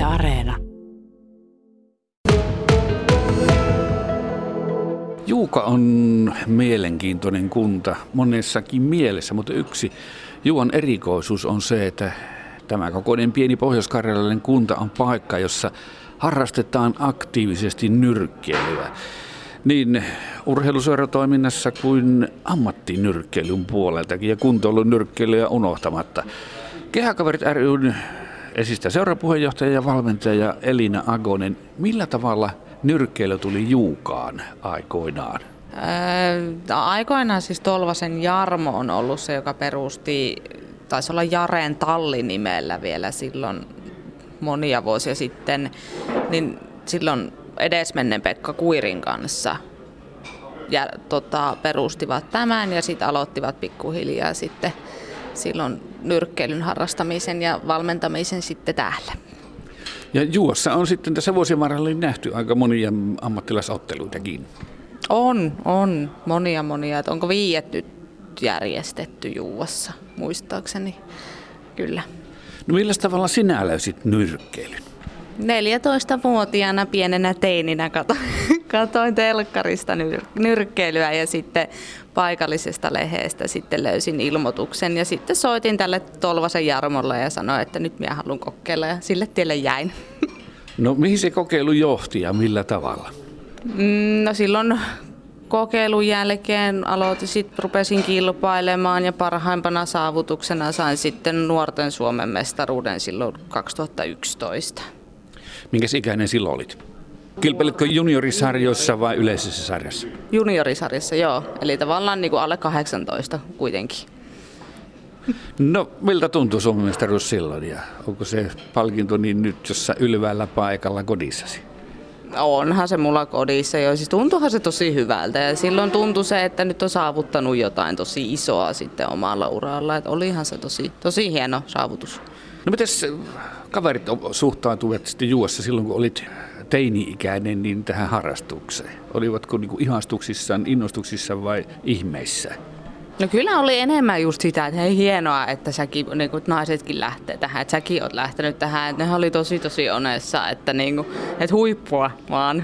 Areena. Juuka on mielenkiintoinen kunta monessakin mielessä, mutta yksi Juuan erikoisuus on se, että tämä kokoinen pieni pohjoiskarjalainen kunta on paikka, jossa harrastetaan aktiivisesti nyrkkeilyä. Niin urheiluseuratoiminnassa kuin ammattinyrkkeilyn puoleltakin ja kuntoilun nyrkkeilyä unohtamatta. Kehäkaverit ry:n esistä seurapuheenjohtaja ja valmentaja Elina Agonen. Millä tavalla nyrkkeily tuli Juukaan aikoinaan? Aikoinaan siis Tolvasen Jarmo on ollut se, joka perusti, taisi olla Jaren talli nimellä vielä silloin monia vuosia sitten, niin silloin edesmenneen Pekka Kuirin kanssa ja perustivat tämän ja sitten aloittivat pikkuhiljaa sitten silloin nyrkkeilyn harrastamisen ja valmentamisen sitten täällä. Ja Juuassa on sitten tässä vuosien varrella nähty aika monia ammattilaisotteluitakin. On monia. Et onko 5 nyt järjestetty Juuassa, muistaakseni? Kyllä. No millä tavalla sinä löysit nyrkkeilyn? 14-vuotiaana pienenä teininä katoin telkkarista nyrkkeilyä ja sitten paikallisesta lehdestä sitten löysin ilmoituksen ja sitten soitin tälle Tolvasen Jarmolle ja sanoin, että nyt minä haluan kokeilla ja sille tielle jäin. No mihin se kokeilu johti ja millä tavalla? No silloin kokeilun jälkeen rupesin kilpailemaan ja parhaimpana saavutuksena sain sitten nuorten Suomen mestaruuden silloin 2011. Minkäs ikäinen silloin olit? Kilpailitko juniorisarjoissa vai yleisessä sarjassa? Juniorisarjassa, joo. Eli tavallaan niin kuin alle 18 kuitenkin. No miltä tuntui Suomen mestaruus silloin ja onko se palkinto niin nyt jossa ylväällä paikalla kodissasi? Onhan se mulla kodissa jo. Siis tuntuuhan se tosi hyvältä ja silloin tuntui se, että nyt on saavuttanut jotain tosi isoa sitten omalla uralla. Että olihan se tosi hieno saavutus. No mites kaverit suhtautuivat sitten Juuassa silloin, kun olit teini-ikäinen niin tähän harrastukseen? Olivatko niin kuin ihastuksissaan, innostuksissaan vai ihmeissä? No kyllä oli enemmän just sitä, että hei hienoa, että säkin, niin kuin, naisetkin lähtee tähän, että säkin oot lähtenyt tähän. Että ne oli tosi onessa, että, niin kuin, että huippua vaan.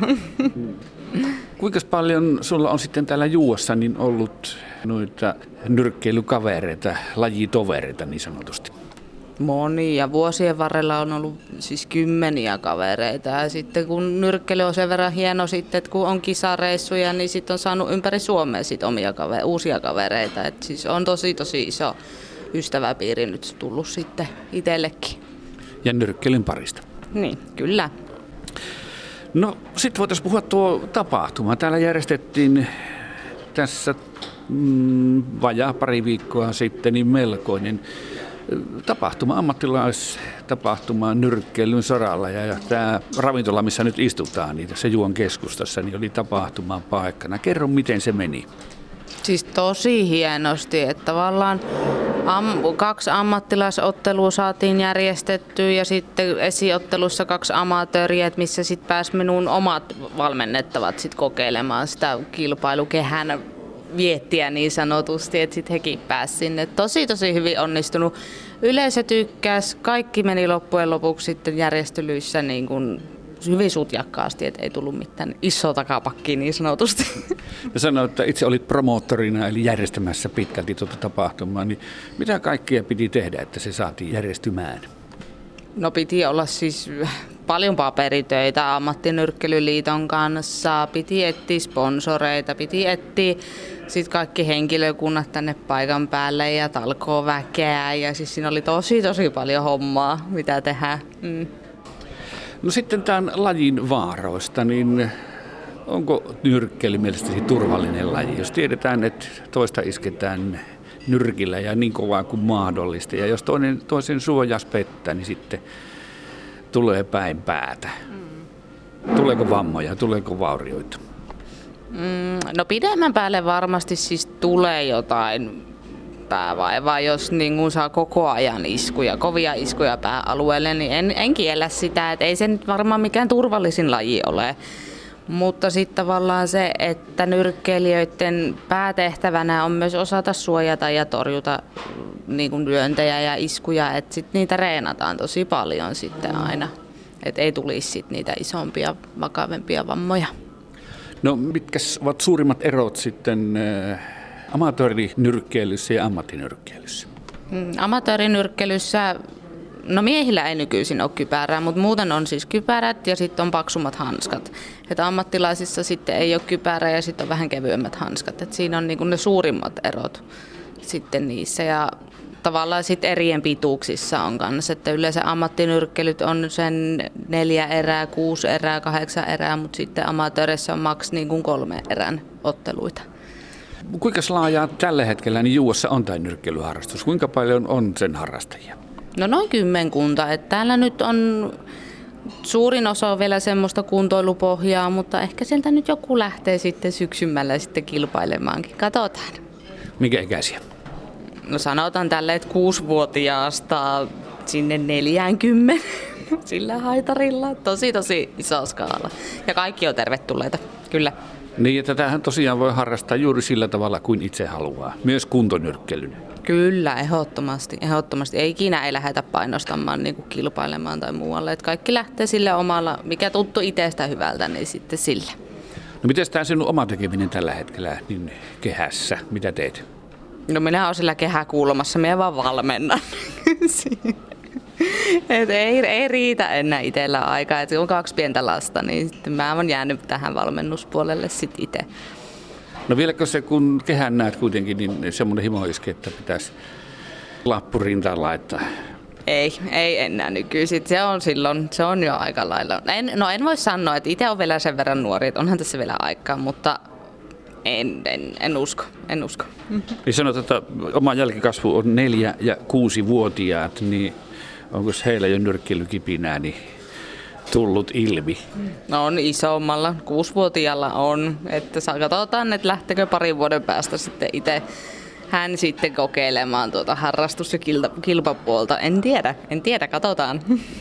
Kuinka paljon sulla on sitten täällä Juuassa niin ollut noita nyrkkeilykavereita, lajitovereita niin sanotusti? Monia. Vuosien varrella on ollut siis 10 kavereita ja sitten kun nyrkkeily on sen verran hieno sitten, että kun on kisareissuja, niin sitten on saanut ympäri Suomea sit uusia kavereita. Et siis on tosi iso ystäväpiiri nyt tullut sitten itsellekin. Ja nyrkkeilyn parista. Niin, kyllä. No sitten voitaisiin puhua tuo tapahtuma. Täällä järjestettiin tässä vajaa pari viikkoa sitten niin melkoinen tapahtuma, ammattilaistapahtuma nyrkkeilyn saralla ja tämä ravintola, missä nyt istutaan, niin tässä Juuan keskustassa, niin oli tapahtuman paikkana. Kerro, miten se meni? Siis tosi hienosti, että tavallaan 2 ammattilaisottelua saatiin järjestettyä ja sitten esiottelussa 2 amatööriä, missä sitten pääsi minun omat valmennettavat sit kokeilemaan sitä kilpailukehän viettiä niin sanotusti, että sitten hekin pääsi sinne. Tosi hyvin onnistunut. Yleisö tykkäsi, kaikki meni loppujen lopuksi sitten järjestelyissä niin kuin hyvin sutjakkaasti, että ei tullut mitään isoa takapakkia niin sanotusti. Ja sanoit, että itse olit promoottorina eli järjestämässä pitkälti tuota tapahtumaa, niin mitä kaikkea piti tehdä, että se saatiin järjestymään? No piti olla siis paljon paperitöitä Ammattinyrkkeilyliiton kanssa, piti etsiä sponsoreita, piti etsiä sitten kaikki henkilökunnat tänne paikan päälle ja talkooväkeä ja siis siinä oli tosi paljon hommaa, mitä tehdä. No sitten tämän lajin vaaroista, niin onko nyrkkeily mielestäsi turvallinen laji? Jos tiedetään, että toista isketään nyrkillä ja niin kovaa kuin mahdollista. Ja jos toisen suojas pettää, niin sitten tulee päin päätä. Tuleeko vammoja, tuleeko vaurioita? No pidemmän päälle varmasti siis tulee jotain päävaivaa, jos niin saa koko ajan iskuja, kovia iskuja pääalueelle, niin en kiellä sitä, että ei se nyt varmaan mikään turvallisin laji ole. Mutta sitten tavallaan se, että nyrkkeilijöiden päätehtävänä on myös osata suojata ja torjuta niin kuin lyöntejä ja iskuja, että sit niitä reenataan tosi paljon sitten aina. että ei tulisi sit niitä isompia, vakavempia vammoja. No mitkä ovat suurimmat erot sitten amatöörinyrkkeilyssä ja ammattinyrkkeilyssä? Amatöörinyrkkeilyssä, no miehillä ei nykyisin ole kypärää, mutta muuten on siis kypärät ja sitten on paksummat hanskat. Että ammattilaisissa sitten ei ole kypärää ja sitten on vähän kevyemmät hanskat. Et siinä on niinku ne suurimmat erot sitten niissä ja tavallaan sitten erien pituuksissa on kanssa. Että yleensä ammattinyrkkeilyt on sen 4 erää, 6 erää, 8 erää, mutta sitten amatööreissä on maks niin kuin 3 erän otteluita. Kuinka laajaa tällä hetkellä niin Juuassa on tämä nyrkkeilyharrastus? Kuinka paljon on sen harrastajia? No noin 10. Että täällä nyt on suurin osa on vielä semmoista kuntoilupohjaa, mutta ehkä sieltä nyt joku lähtee sitten syksymällä sitten kilpailemaankin. Katsotaan. Mikä ikäisiä? No sanotaan tälle, että 6-vuotiaasta sinne 40 sillä haitarilla. Tosi iso skaala. Ja kaikki on tervetulleita, kyllä. Niin, että tämähän tosiaan voi harrastaa juuri sillä tavalla kuin itse haluaa, myös kuntonyrkkeilyn. Kyllä, ehdottomasti. Ei ikinä lähdetä painostamaan niin kuin kilpailemaan tai muualle. Että kaikki lähtee sille omalla, mikä tuttu itsestä hyvältä, niin sitten sillä. No miten tämä sinun oma tekeminen tällä hetkellä niin kehässä? Mitä teet? No minä olen sillä kehäkulmassa, minä vaan valmennan. Et ei riitä enää itsellä aikaa. Et on 2 pientä lasta, niin sitten mä oon jäänyt tähän valmennuspuolelle sitten itse. No vieläkö se, kun kehän näet kuitenkin, niin semmoinen himo iske, että pitäisi lappu rintaan laittaa? Ei enää nykyisin. Se on jo aika lailla. En voi sanoa, että itse on vielä sen verran nuori, että onhan tässä vielä aikaa, mutta en usko. Niin sanot, että oma jälkikasvu on 4- ja 6-vuotiaat, niin onko heillä jo nyrkkeilykipinää niin tullut ilmi? No on isommalla, 6-vuotiaalla on, että katsotaan, että lähtekö 2 vuoden päästä sitten itse hän sitten kokeilemaan tuota harrastus- ja kilpapuolta. En tiedä, katsotaan.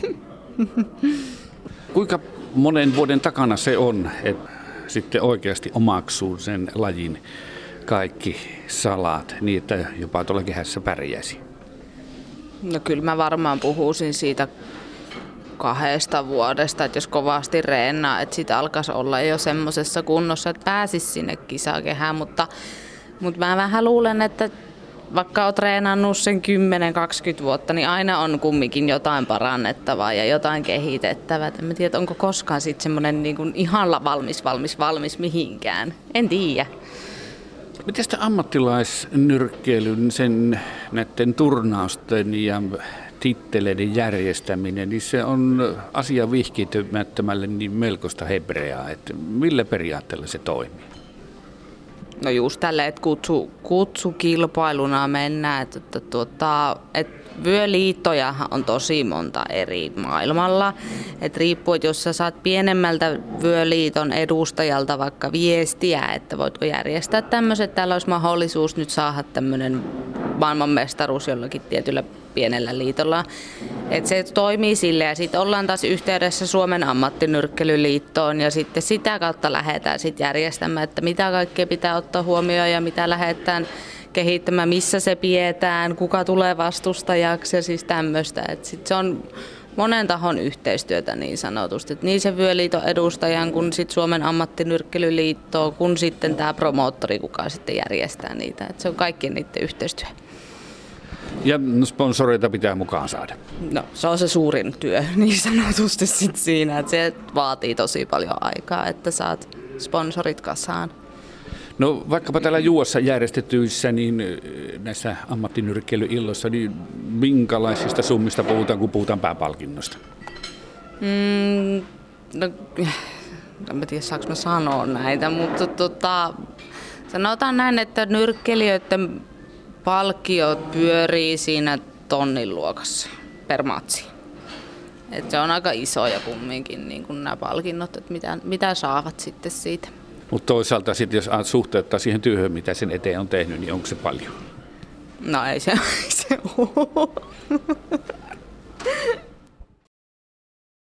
Kuinka monen vuoden takana se on, että sitten oikeasti omaksuu sen lajin kaikki salat niin, että jopa tuolla kehässä pärjäisi? No kyllä mä varmaan puhuisin siitä 2 vuodesta, että jos kovasti reenaa, että sit alkaisi olla jo semmoisessa kunnossa, että pääsisi sinne kisakehään, mutta mä vähän luulen, että vaikka olet treenannut sen 10-20 vuotta, niin aina on kumminkin jotain parannettavaa ja jotain kehitettävää. En tiedä, onko koskaan sitten semmoinen niin kuin ihan valmis mihinkään. En tiedä. Miten sitä ammattilaisnyrkkeilyn, sen näiden turnausten ja titteleiden järjestäminen, niin se on asia vihkiytymättömälle niin melkoista hebreaa, että millä periaatteella se toimii? No just tälle, että kutsukilpailuna mennään, että vyöliittojahan on tosi monta eri maailmalla. Et riippuu, että jos sä saat pienemmältä vyöliiton edustajalta vaikka viestiä, että voitko järjestää tämmöiset, täällä olisi mahdollisuus nyt saada tämmöinen maailmanmestaruus jollakin tietyllä pienellä liitolla. Et se toimii sille ja sitten ollaan taas yhteydessä Suomen ammattinyrkkeilyliittoon ja sitten sitä kautta lähdetään sitten järjestämään, että mitä kaikkea pitää ottaa huomioon ja mitä lähdetään kehittämään, missä se pidetään, kuka tulee vastustajaksi ja siis tämmöistä. Sitten se on monen tahon yhteistyötä niin sanotusti. Et niin se vyöliiton edustajan kuin sit Suomen ammattinyrkkeilyliittoa kuin sitten tämä promoottori, kuka sitten järjestää niitä. Et se on kaikkien niiden yhteistyö. Ja sponsoreita pitää mukaan saada. No se on se suurin työ niin sanotusti sit siinä, että se vaatii tosi paljon aikaa, että saat sponsorit kasaan. No vaikkapa täällä Juuassa järjestetyissä niin näissä ammattinyrkkeilyilloissa, niin minkälaisista summista puhutaan, kun puhutaan pääpalkinnosta? No, en tiedä saanko mä sanoa näitä, mutta sanotaan näin, että nyrkkeilijöiden palkkiot pyörii siinä 1 000 luokassa per matsi. Et se on aika isoja kumminkin niin kuin nämä palkinnot, että mitä saavat sitten siitä. Mutta toisaalta sitten jos suhteuttaa siihen työhön, mitä sen eteen on tehnyt, niin onko se paljon? No ei se ole.